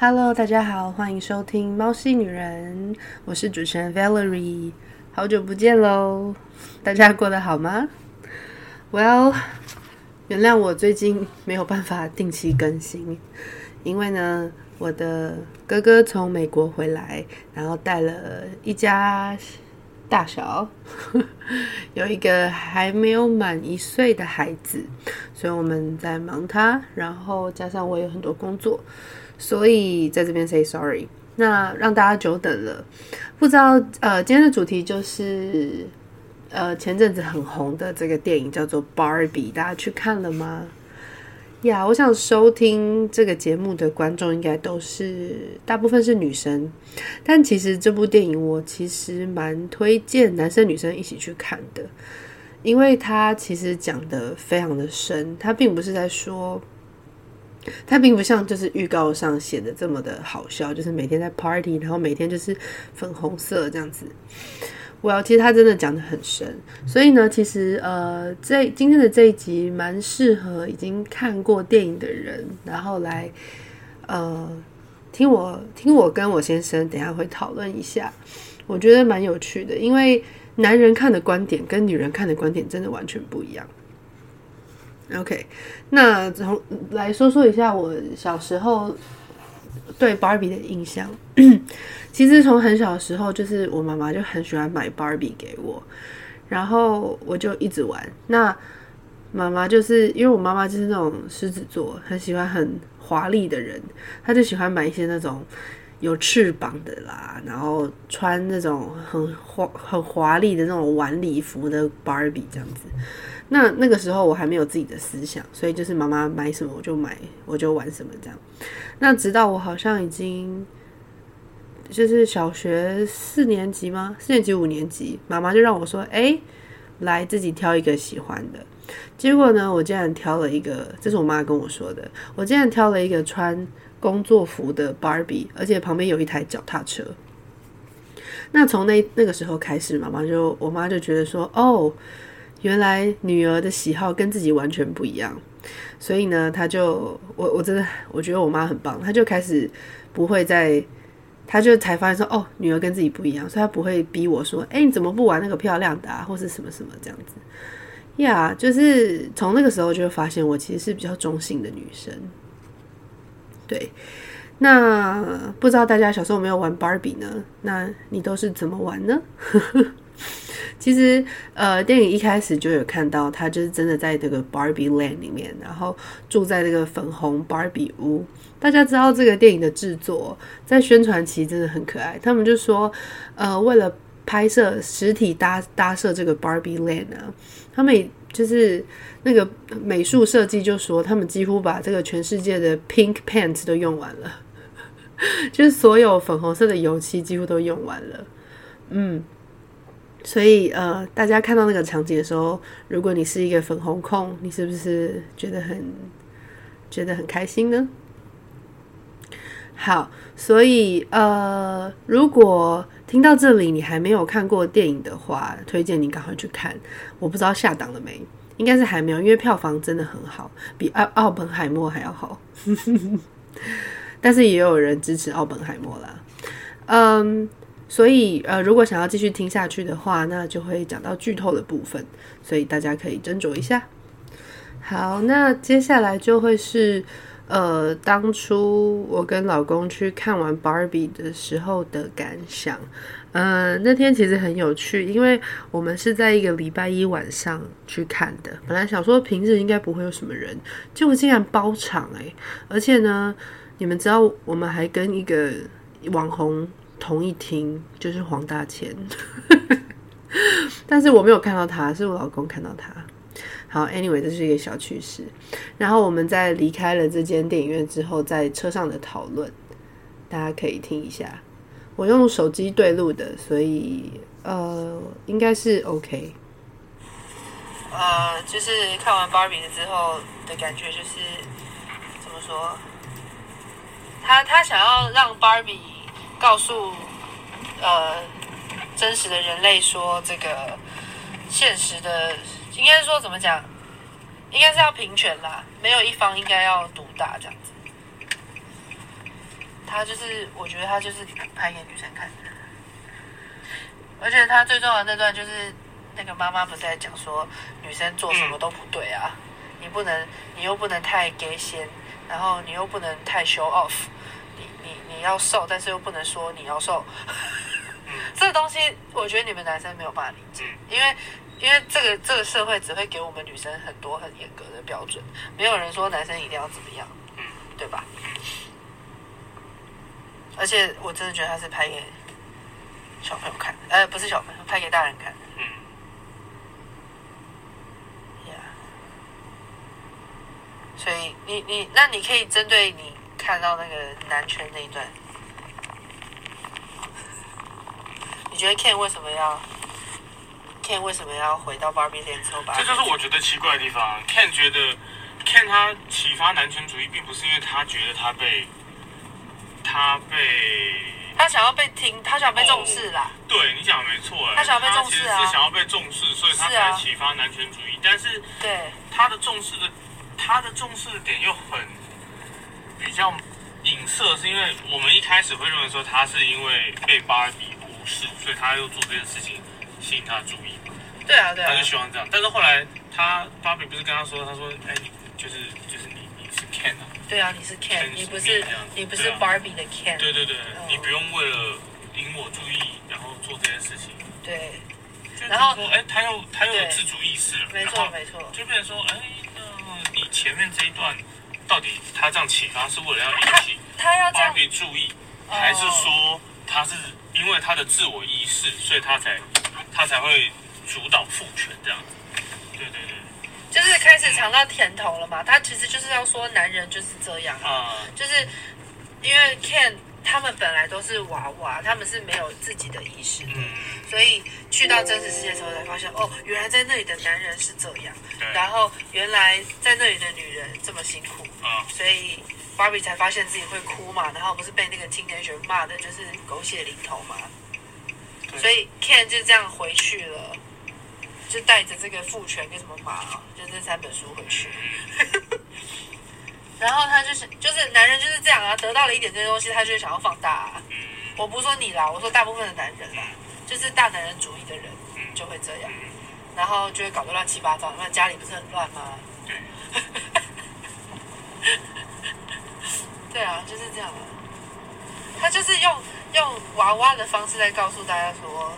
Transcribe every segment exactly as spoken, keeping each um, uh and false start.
Hello， 大家好，欢迎收听猫系女人，我是主持人 Valerie， 好久不见喽，大家过得好吗 ？Well， 原谅我最近没有办法定期更新，因为呢，我的哥哥从美国回来，然后带了一家大小，有一个还没有满一岁的孩子，所以我们在忙他，然后加上我有很多工作。所以在这边 say sorry， 那让大家久等了。不知道呃，今天的主题就是呃前阵子很红的这个电影叫做 Barbie， 大家去看了吗？呀、yeah, 我想收听这个节目的观众应该都是大部分是女生，但其实这部电影我其实蛮推荐男生女生一起去看的，因为它其实讲得非常的深，它并不是在说。它并不像就是预告上写的这么的好笑，就是每天在 party， 然后每天就是粉红色这样子。Well， 其实它真的讲得很深，所以呢，其实呃，这今天的这一集蛮适合已经看过电影的人，然后来呃听我听我跟我先生等一下会讨论一下，我觉得蛮有趣的，因为男人看的观点跟女人看的观点真的完全不一样。OK， 那从来说说一下我小时候对 Barbie 的印象。其实从很小的时候，就是我妈妈就很喜欢买 Barbie 给我，然后我就一直玩。那妈妈就是因为我妈妈就是那种狮子座，很喜欢很华丽的人，她就喜欢买一些那种有翅膀的啦，然后穿那种很华很华丽的那种晚礼服的 Barbie 这样子。那那个时候我还没有自己的思想，所以就是妈妈买什么我就买，我就玩什么这样。那直到我好像已经就是小学四年级吗？四年级五年级，妈妈就让我说，哎，来自己挑一个喜欢的。结果呢，我竟然挑了一个，这是我妈跟我说的，我竟然挑了一个穿工作服的 Barbie， 而且旁边有一台脚踏车。那从那那个时候开始，妈妈就我妈就觉得说，哦。原来女儿的喜好跟自己完全不一样，所以呢，她就我我真的我觉得我妈很棒，她就开始不会再，她就才发现说哦，女儿跟自己不一样，所以她不会逼我说，哎，你怎么不玩那个漂亮的啊，或是什么什么这样子。呀、yeah, 就是从那个时候就会发现我其实是比较中性的女生。对，那不知道大家小时候有没有玩 Barbie 呢？那你都是怎么玩呢？其实，呃，电影一开始就有看到他就是真的在这个 Barbie Land 里面，然后住在这个粉红 Barbie 屋。大家知道这个电影的制作，在宣传期真的很可爱。他们就说，呃，为了拍摄实体搭搭设这个 Barbie Land 啊，他们就是那个美术设计就说，他们几乎把这个全世界的 Pink Paint 都用完了，就是所有粉红色的油漆几乎都用完了。嗯。所以呃，大家看到那个场景的时候，如果你是一个粉红控，你是不是觉得很觉得很开心呢？好，所以呃，如果听到这里你还没有看过电影的话，推荐你赶快去看。我不知道下档了没，应该是还没有，因为票房真的很好，比奥奥本海默还要好。但是也有人支持奥本海默啦，嗯。所以，呃，如果想要继续听下去的话，那就会讲到剧透的部分，所以大家可以斟酌一下。好，那接下来就会是，呃，当初我跟老公去看完 Barbie 的时候的感想。呃，那天其实很有趣，因为我们是在一个礼拜一晚上去看的。本来想说平日应该不会有什么人，结果竟然包场欸！而且呢，你们知道我们还跟一个网红同一厅，就是黄大千。但是我没有看到他，是我老公看到他。好 anyway 这是一个小趣事。然后我们在离开了这间电影院之后，在车上的讨论大家可以听一下，我用手机对录的，所以呃应该是 OK。 呃就是看完 Barbie 之后的感觉就是怎么说，他他想要让 Barbie 告诉呃真实的人类说，这个现实的应该说怎么讲，应该是要平权啦，没有一方应该要独大这样子。 他就是我觉得他就是拍给女生看的，而且他最重要的那段就是那个妈妈不是在讲说女生做什么都不对啊，嗯、你不能你又不能太 gay 先，然后你又不能太 show off， 你你你要瘦，但是又不能说你要瘦。这个东西我觉得你们男生没有办法理解，因为因为这个这个社会只会给我们女生很多很严格的标准，没有人说男生一定要怎么样，对吧？而且我真的觉得他是拍给小朋友看的，呃，不是小朋友，拍给大人看的。嗯。Yeah。所以你你那你可以针对你看到那个男权那一段。你觉得 Ken 为什么要 Ken 为什么要回到 Barbie 店之后把？ 这就是我觉得奇怪的地方。Ken 觉得 Ken 他启发男权主义，并不是因为他觉得他被他被他想要被听，他想要被重视啦。 哦、对你讲的没错， 他想要被重视啊， 他其实是想要被重视，所以他才启发男权主义。但是对他的重视的他的重视的点又很比较隐射，是因为我们一开始会认为说他是因为被芭比是，所以他又做这件事情吸引他的注意嘛？ 对啊，对啊， 他就希望这样。但是后来他芭比不是跟他说，他说：“哎，你就是就是你你是 Ken 啊。” 对啊，你是 Ken， 你不是你不是 Barbie 的 Ken。 对对对，嗯、你不用为了引我注意，然后做这件事情。 对。 然后说，哎，他又他又有自主意识了。 没错没错。 就变成说，哎，那你前面这一段到底他这样启发是为了要引起他要芭比注意，还是说他是？因为他的自我意识，所以他才他才会主导父权这样子。对对对， 就是开始尝到甜头了嘛。嗯、他其实就是要说男人就是这样啊，嗯、就是因为 Ken 他们本来都是娃娃，他们是没有自己的意识的，嗯、所以去到真实世界之后才发现，哦，原来在那里的男人是这样，然后原来在那里的女人这么辛苦，嗯、所以。Barbie 才发现自己会哭嘛，然后不是被那个 teenager 骂的，就是狗血淋头嘛。所以 Ken 就这样回去了，就带着这个父权跟什么马，就这三本书回去。然后他就是就是男人就是这样啊，得到了一点这些东西，他就想要放大、啊。我不是说你啦，我说大部分的男人啦，就是大男人主义的人就会这样，然后就会搞得乱七八糟。那家里不是很乱吗？对。对啊，就是这样啊。他就是用用娃娃的方式在告诉大家说，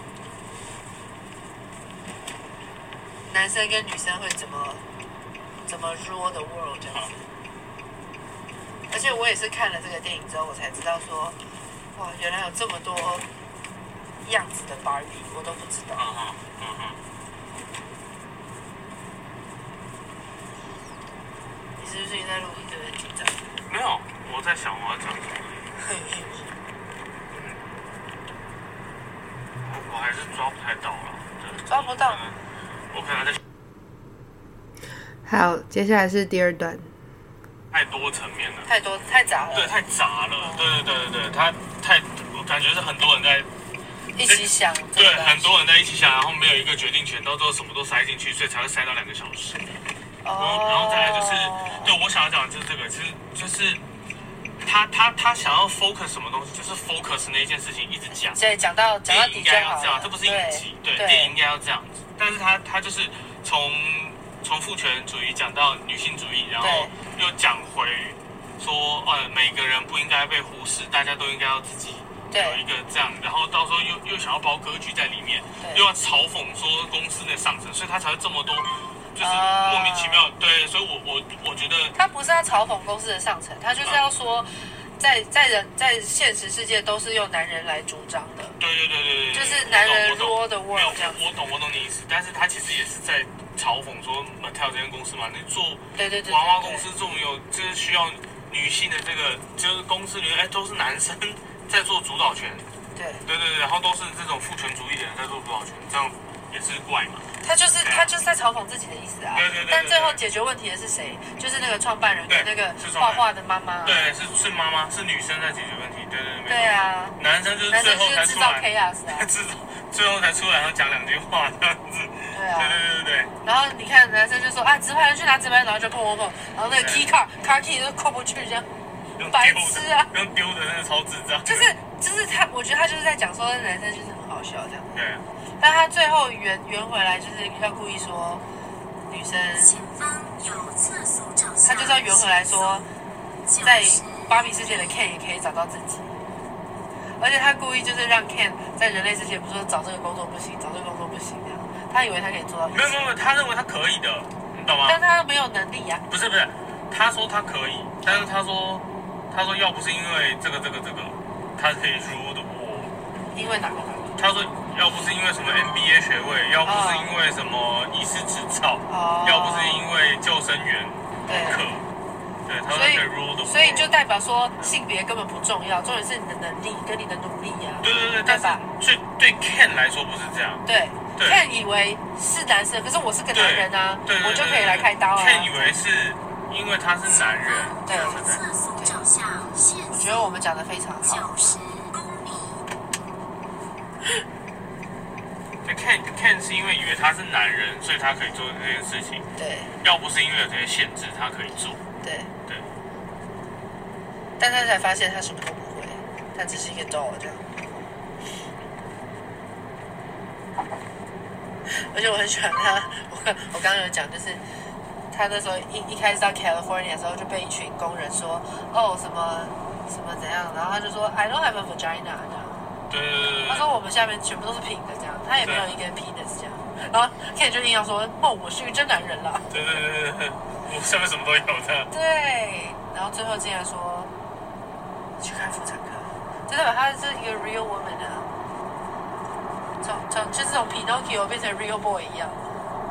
男生跟女生会怎么怎么 rule the world 这样子。而且我也是看了这个电影之后，我才知道说，哇，原来有这么多样子的 Barbie， 我都不知道。嗯哼，嗯哼。你是不是在录音？对不对？紧张？ 没有，我在想我要讲什么。我我还是抓不太到了， 抓不到。 我可能在。 好，接下来是第二段。 太多层面了， 太多太杂了。 对，太杂了。嗯、对对对对对，他太，我感觉是很多人在一起想。 对，很多人在一起想，然后没有一个决定权，到最后什么都塞进去，所以才会塞到两个小时。然后，然后再来就是，对我想要讲的就是这个，其实就是他他他想要 focus 什么东西，就是 focus 那一件事情一直讲。 对，讲到讲到底就好了。这样，这不是影集，对，电影应该要这样子。但是他他就是从从父权主义讲到女性主义，然后又讲回说，呃，每个人不应该被忽视，大家都应该要自己有一个这样，然后到时候又又想要包歌剧在里面，又要嘲讽说公司的上层，所以他才会这么多。就是莫名其妙，呃、对，所以我我我觉得他不是要嘲讽公司的上层，他就是要说在，在在人在现实世界都是由男人来主张的。 对对对对对， 就是男人 rule the world 这样。 我懂我懂你意思，但是他其实也是在嘲讽说 Mattel 这间公司嘛，你做对对对娃娃公司这种有就是需要女性的这个，就是公司里面哎都是男生在做主导权。 对对对对，然后都是这种父权主义的人在做主导权，这样也是怪嘛。 他就是他就是在嘲讽自己的意思啊， 对对 对, 对, 对。 但最后解决问题的是谁？就是那个创办人跟那个画画的妈妈。 对，是是妈妈，是女生在解决问题。对对对。 对啊。 男生就是最后才出来。制造最后才出来，然后讲两句话这样子。 对啊。 对对对对对。 然后你看男生就说啊，直排轮去拿直排轮，然后就砰砰砰，然后那个 key car car key 就扣不去这样。 白痴啊， 用丢的那个超智障。 就是就是他，我觉得他就是在讲说男生就是很好笑这样。 对。 但他最后圆圆回来，就是要故意说女生， 前方有厕所照相， 他就是要圆回来说，在芭比世界的 Ken 也可以找到自己。而且他故意就是让 Ken 在人类世界，不是说找这个工作不行，找这个工作不行这样，他以为他可以做到。 没有没有，他认为他可以的，你懂吗？ 但他没有能力呀、啊。 不是不是，他说他可以，但是他说他说要不是因为这个这个这个，他可以 rule the world。 因为哪个哪个？ 他说要不是因为什么 M B A 学位，要不是因为什么医师执照， 哦、 要不是因为救生员课。对，他说可以 rule the world。 所以就代表说性别根本不重要，重点是你的能力跟你的努力呀、啊。 对对对，但是对对 Ken 来说不是这样。 对。Ken 以为是男生，可是我是个男人啊， 对对对对， 我就可以来开刀啊。 Ken 以为是因为他是男人， 对， 厕所照相， 我觉得我们讲的非常好。 九十公里。 对 Ken Ken 是因为以为他是男人，所以他可以做这件事情。 对。要不是因为有这些限制，他可以做。 对。 对。 但他才发现他什么都不会，他只是一个 doll 这样。而且我很喜欢他，我我刚刚有讲，就是他那时候一一开始到 California 的时候，就被一群工人说，哦什么什么怎样，然后他就说 I don't have a vagina 这样。 对对对。 他说我们下面全部都是平的这样，他也没有一个 penis 这样。然后 Ken 就硬要说，哦我是一个真男人啦。 对对对对，我下面什么都有的。 对，然后最后竟然说去看妇产科，就代表他是一个 real woman 啊。从从就是从 Pinocchio 变成 Real Boy 一样。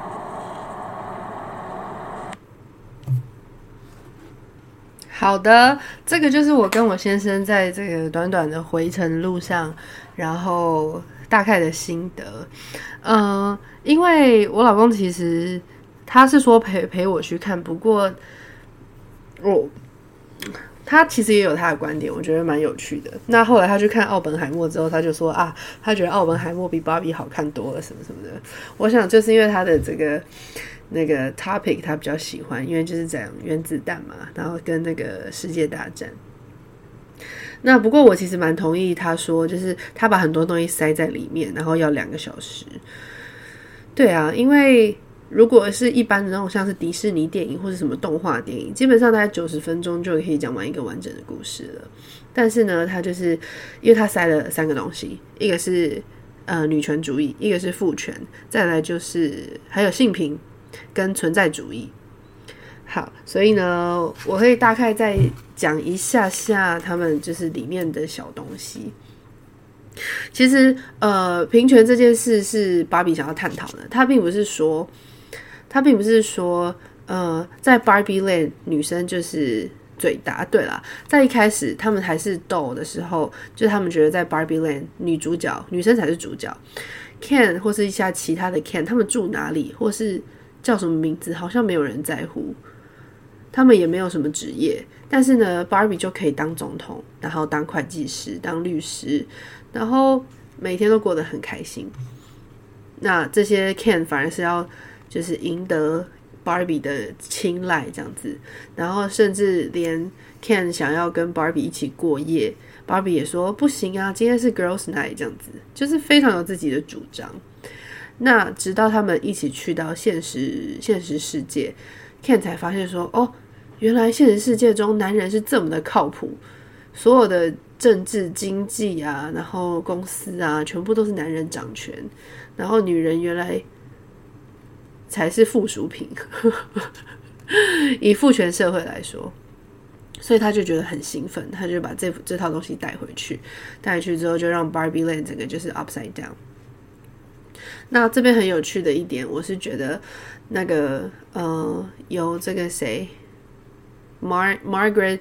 好的，这个就是我跟我先生在这个短短的回程路上，然后大概的心得。嗯、呃，因为我老公其实他是说陪陪我去看，不过我。他其实也有他的观点，我觉得蛮有趣的。那后来他去看奥本海默之后，他就说啊，他觉得奥本海默比芭比好看多了，什么什么的。我想就是因为他的这个那个 topic 他比较喜欢，因为就是讲原子弹嘛，然后跟那个世界大战。那不过我其实蛮同意他说，就是他把很多东西塞在里面，然后要两个小时。对啊，因为如果是一般的那种像是迪士尼电影或是什么动画电影，基本上大概九十分钟就可以讲完一个完整的故事了。但是呢，它就是因为它塞了三个东西，一个是呃女权主义，一个是父权，再来就是还有性平跟存在主义。好，所以呢，我可以大概再讲一下下他们就是里面的小东西。其实呃平权这件事是芭比想要探讨的，它并不是说他并不是说，呃，在 Barbie Land 女生就是最大。对啦，在一开始他们还是斗的时候，就是他们觉得在 Barbie Land 女主角女生才是主角 ，Ken 或是一下其他的 Ken， 他们住哪里或是叫什么名字，好像没有人在乎。他们也没有什么职业，但是呢 ，Barbie 就可以当总统，然后当会计师，当律师，然后每天都过得很开心。那这些 Ken 反而是要。就是赢得 Barbie 的青睐这样子，然后甚至连 Ken 想要跟 Barbie 一起过夜， Barbie 也说不行啊，今天是 Girls Night 这样子，就是非常有自己的主张。那直到他们一起去到现实现实世界， Ken 才发现说，哦，原来现实世界中男人是这么的靠谱，所有的政治经济啊，然后公司啊，全部都是男人掌权，然后女人原来才是附属品以父权社会来说，所以他就觉得很兴奋，他就把这这套东西带回去，带回去之后就让 Barbie Land 整个就是 upside down。那这边很有趣的一点，我是觉得那个呃由这个谁 Mar Margaret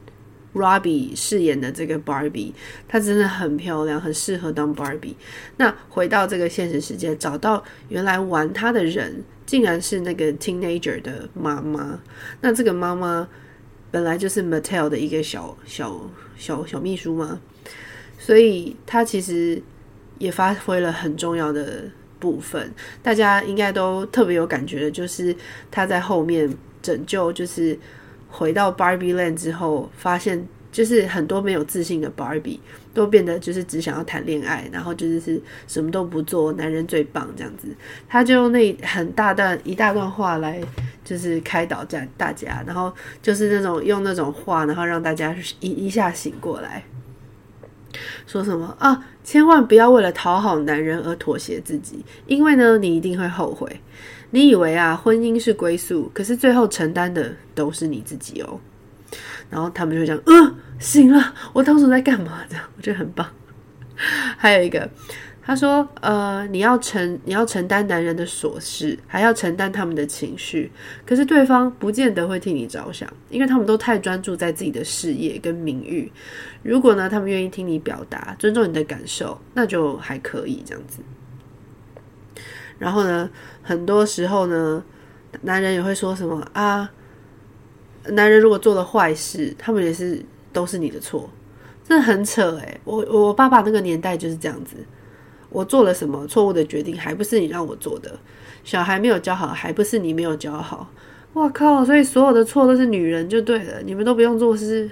Robbie 饰演的这个 Barbie， 她真的很漂亮，很适合当 Barbie。那回到这个现实世界，找到原来玩她的人竟然是那个 teenager 的妈妈。那这个妈妈本来就是 Mattel 的一个小小小小秘书嘛，所以她其实也发挥了很重要的部分。大家应该都特别有感觉的，就是她在后面拯救就是回到 Barbie Land 之后，发现就是很多没有自信的 Barbie 都变得就是只想要谈恋爱，然后就是什么都不做，男人最棒这样子。他就用那很大段一大段话来就是开导大家，然后就是那种用那种话，然后让大家一一下醒过来。说什么啊？千万不要为了讨好男人而妥协自己，因为呢，你一定会后悔。你以为啊，婚姻是归宿，可是最后承担的都是你自己哦。然后他们就讲，嗯、呃，醒了，我当初在干嘛？这样我觉得很棒。还有一个，他说，呃，你要承你要承担男人的琐事，还要承担他们的情绪，可是对方不见得会替你着想，因为他们都太专注在自己的事业跟名誉。如果呢，他们愿意听你表达，尊重你的感受，那就还可以这样子。然后呢，很多时候呢，男人也会说什么啊，男人如果做了坏事，他们也是都是你的错，真的很扯欸。我我爸爸那个年代就是这样子，我做了什么错误的决定，还不是你让我做的？小孩没有教好，还不是你没有教好？哇靠！所以所有的错都是女人就对了，你们都不用做事。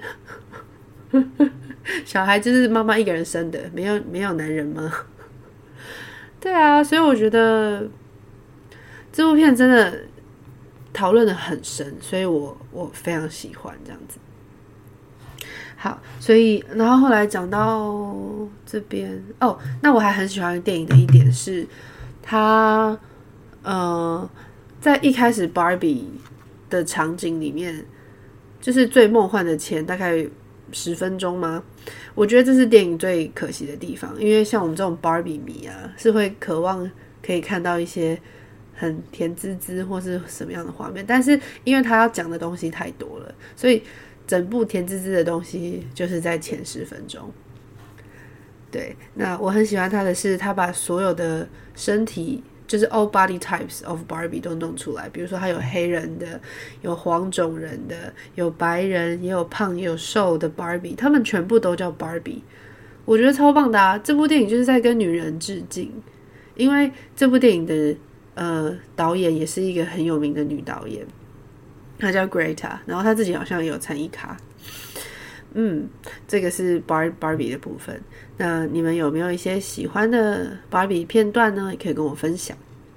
小孩就是妈妈一个人生的，没有没有男人吗？对啊，所以我觉得这部片真的讨论的很深，所以我我非常喜欢这样子。好，所以然后后来讲到这边哦，那我还很喜欢电影的一点是，它呃在一开始 Barbie 的场景里面，就是最梦幻的前大概十分钟吗？我觉得这是电影最可惜的地方，因为像我们这种 Barbie 迷啊，是会渴望可以看到一些很甜滋滋或是什么样的画面，但是因为他要讲的东西太多了，所以整部甜滋滋的东西就是在前十分钟。对，那我很喜欢他的是，他把所有的身体就是 all body types of Barbie 都弄出来，比如说他有黑人的，有黄种人的，有白人，也有胖也有瘦的 Barbie， 他们全部都叫 Barbie， 我觉得超棒的啊！这部电影就是在跟女人致敬，因为这部电影的呃导演也是一个很有名的女导演，她叫 Greta， 然后她自己好像也有参与卡。嗯，这个是 Bar Barbie 的部分。那你们有没有一些喜欢的 Barbie 片段呢？也可以跟我分享。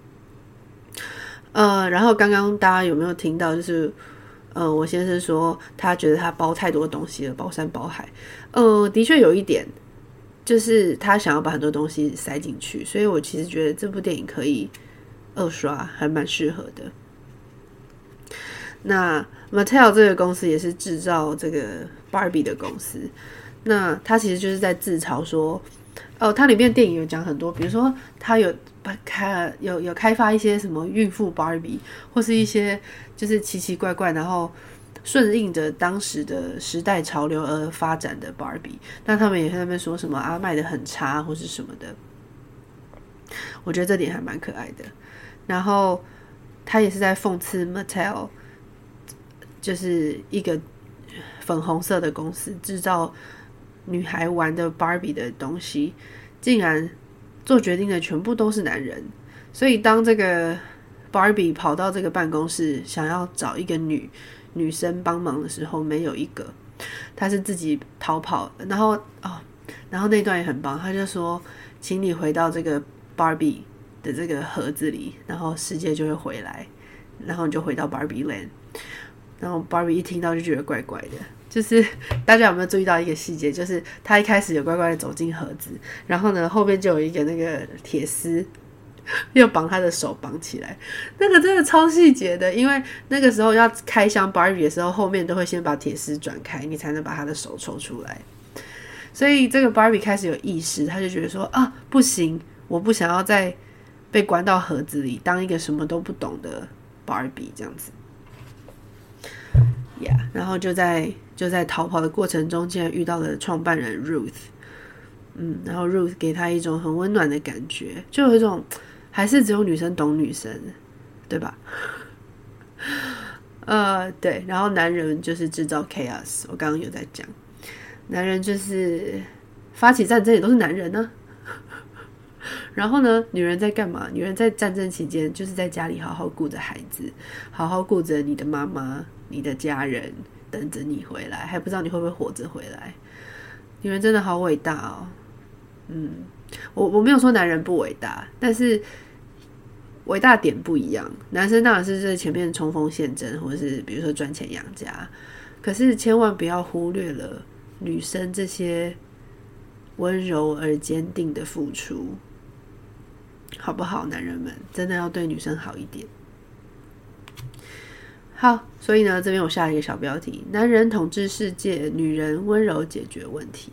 呃，然后刚刚大家有没有听到？就是呃，我先生说他觉得他包太多东西了，包山包海。呃，的确有一点，就是他想要把很多东西塞进去，所以我其实觉得这部电影可以二刷，还蛮适合的。那 Mattel 这个公司也是制造这个 Barbie 的公司，那它其实就是在自嘲说，哦，它里面电影有讲很多，比如说它有开有有开发一些什么孕妇 Barbie， 或是一些就是奇奇怪怪，然后顺应着当时的时代潮流而发展的 Barbie， 那他们也在那边说什么啊卖的很差或是什么的，我觉得这点还蛮可爱的。然后他也是在讽刺 Mattel。就是一个粉红色的公司制造女孩玩的 Barbie 的东西，竟然做决定的全部都是男人。所以当这个 Barbie 跑到这个办公室想要找一个女女生帮忙的时候，没有一个，她是自己逃跑的。然后哦，然后那段也很棒，他就说：“请你回到这个 Barbie 的这个盒子里，然后世界就会回来，然后你就回到 Barbie Land。”然后 Barbie 一听到就觉得怪怪的，就是大家有没有注意到一个细节，就是他一开始有乖乖的走进盒子，然后呢后面就有一个那个铁丝又绑他的手绑起来，那个真的超细节的，因为那个时候要开箱 Barbie 的时候，后面都会先把铁丝转开，你才能把他的手抽出来。所以这个 Barbie 开始有意识，他就觉得说啊不行，我不想要再被关到盒子里当一个什么都不懂的 Barbie 这样子。Yeah, 然后就在就在逃跑的过程中，竟然遇到了创办人 Ruth， 嗯，然后 Ruth 给他一种很温暖的感觉，就有一种还是只有女生懂女生，对吧？呃，对，然后男人就是制造 chaos， 我刚刚有在讲，男人就是发起战争也都是男人呢、啊。然后呢，女人在干嘛？女人在战争期间就是在家里好好顾着孩子，好好顾着你的妈妈、你的家人、 等着你回来，还不知道你会不会活着回来。女人真的好伟大哦。嗯，我我没有说男人不伟大，但是伟大点不一样。男生当然是在前面冲锋陷阵，或者是比如说赚钱养家，可是千万不要忽略了女生这些温柔而坚定的付出，好不好？男人们真的要对女生好一点。好，所以呢，这边我下了一个小标题：男人统治世界，女人温柔解决问题，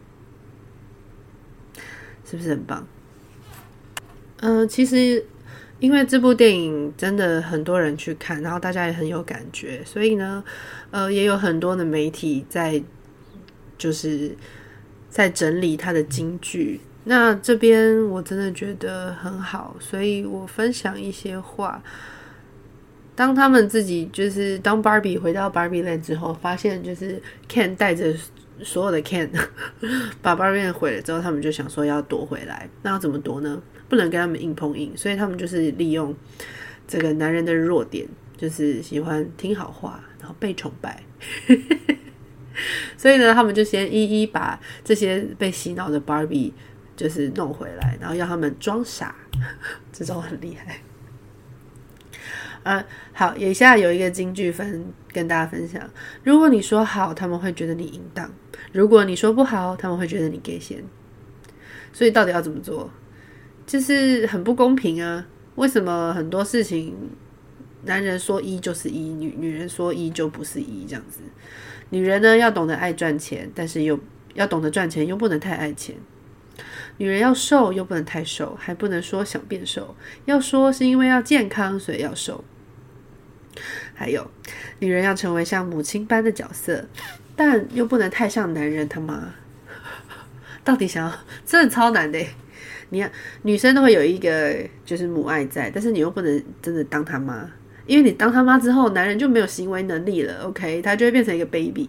是不是很棒？嗯、呃，其实因为这部电影真的很多人去看，然后大家也很有感觉，所以呢，呃，也有很多的媒体在就是在整理他的金句。那这边我真的觉得很好，所以我分享一些话。当他们自己就是当 Barbie 回到 Barbie Land 之后，发现就是 Ken 带着所有的 Ken 把 Barbie Land 毁了之后，他们就想说要夺回来。那要怎么夺呢？不能跟他们硬碰硬，所以他们就是利用这个男人的弱点，就是喜欢听好话，然后被崇拜。所以呢，他们就先一一把这些被洗脑的 Barbie 就是弄回来，然后让他们装傻，这种很厉害。呃，好，以下有一个金句分跟大家分享：如果你说好，他们会觉得你淫荡；如果你说不好，他们会觉得你给闲。所以到底要怎么做？就是很不公平啊！为什么很多事情男人说一就是一，女女人说一就不是一这样子？女人呢要懂得爱赚钱，但是又要懂得赚钱，又不能太爱钱。女人要瘦又不能太瘦，还不能说想变瘦，要说是因为要健康所以要瘦。还有，女人要成为像母亲般的角色，但又不能太像男人他妈。到底想要，真的超难的耶。你看，女生都会有一个就是母爱在，但是你又不能真的当他妈，因为你当他妈之后，男人就没有行为能力了 ，OK， 他就会变成一个 baby。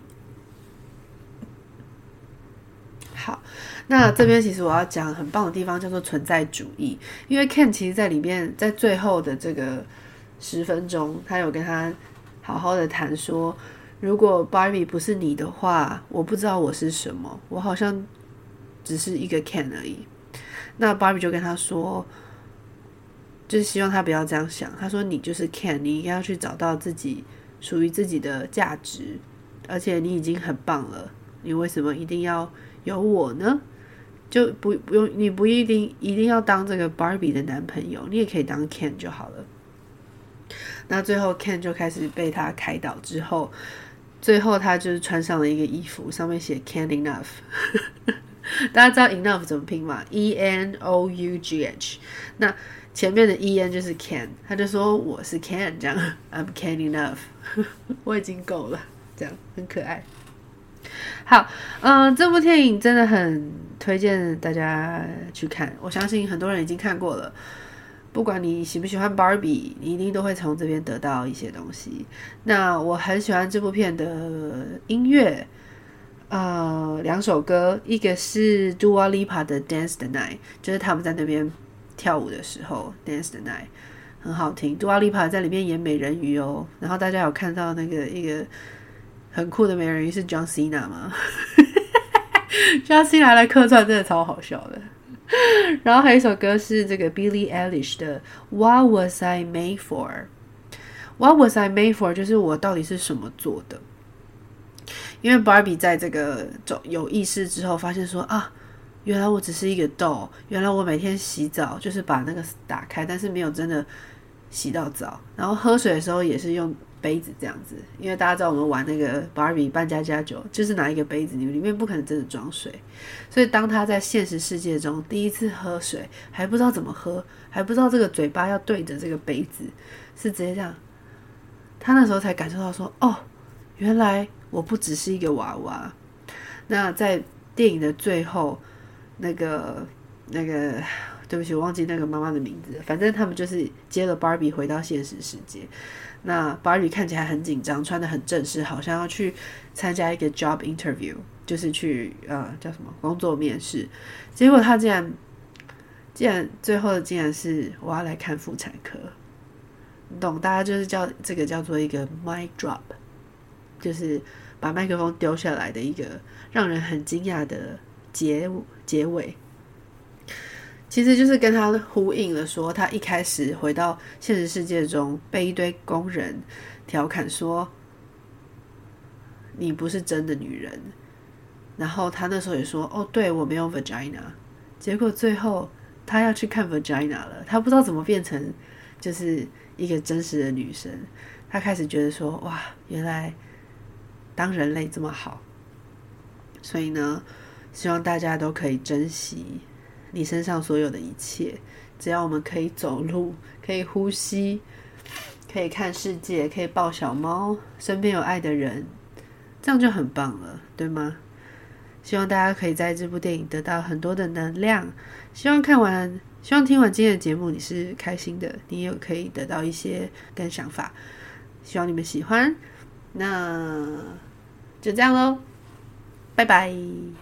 好，那这边其实我要讲很棒的地方叫做存在主义，因为 Ken 其实在里面，在最后的这个十分钟，他有跟他好好的谈说，如果 Barbie 不是你的话，我不知道我是什么，我好像只是一个 Ken 而已。那 Barbie 就跟他说，就是希望他不要这样想。他说：“你就是 Ken， 你应该要去找到自己属于自己的价值，而且你已经很棒了。你为什么一定要有我呢？就不不用，你不一定一定要当这个 Barbie 的男朋友，你也可以当 Ken 就好了。”那最后 Ken 就开始被他开导之后，最后他就是穿上了一个衣服，上面写 Ken Enough。大家知道 enough 怎么拼吗？ E N O U G H。 那前面的 E N 就是 Ken， 他就说我是 Ken， 这样 I'm Ken enough。 我已经够了，这样很可爱。好，嗯、呃，这部电影真的很推荐大家去看，我相信很多人已经看过了。不管你喜不喜欢 Barbie， 你一定都会从这边得到一些东西。那我很喜欢这部片的音乐。呃，两首歌，一个是 Dua Lipa 的 Dance the Night， 就是他们在那边跳舞的时候 Dance the Night 很好听。Dua Lipa 在里面演美人鱼哦，然后大家有看到那个一个很酷的美人鱼是 John Cena 吗？John Cena 来客串真的超好笑的。然后还有一首歌是这个 Billie Eilish 的 What Was I Made For？What Was I Made For？ 就是我到底是什么做的？因为 Barbie 在这个有意识之后发现说啊，原来我只是一个 doll， 原来我每天洗澡就是把那个打开，但是没有真的洗到澡，然后喝水的时候也是用杯子这样子，因为大家知道我们玩那个 Barbie 扮家家酒就是拿一个杯子，你里面不可能真的装水，所以当他在现实世界中第一次喝水还不知道怎么喝，还不知道这个嘴巴要对着这个杯子，是直接这样，他那时候才感受到说哦，原来我不只是一个娃娃。那在电影的最后，那个那个，对不起，我忘记那个妈妈的名字。反正他们就是接了 Barbie 回到现实世界。那 Barbie 看起来很紧张，穿得很正式，好像要去参加一个 job interview， 就是去呃叫什么工作面试。结果他竟然，竟然最后竟然是我要来看妇产科，你懂？大家就是叫这个叫做一个 mic drop。 就是把麦克风丢下来的一个让人很惊讶的结结尾。其实就是跟他呼应了说，他一开始回到现实世界中被一堆工人调侃说你不是真的女人，然后他那时候也说哦对我没有 vagina， 结果最后他要去看 vagina 了，他不知道怎么变成就是一个真实的女生，他开始觉得说哇原来当人类这么好。所以呢希望大家都可以珍惜你身上所有的一切，只要我们可以走路，可以呼吸，可以看世界，可以抱小猫，身边有爱的人，这样就很棒了，对吗？希望大家可以在这部电影得到很多的能量，希望看完希望听完今天的节目你是开心的，你也可以得到一些跟想法，希望你们喜欢。那就这样咯，拜拜。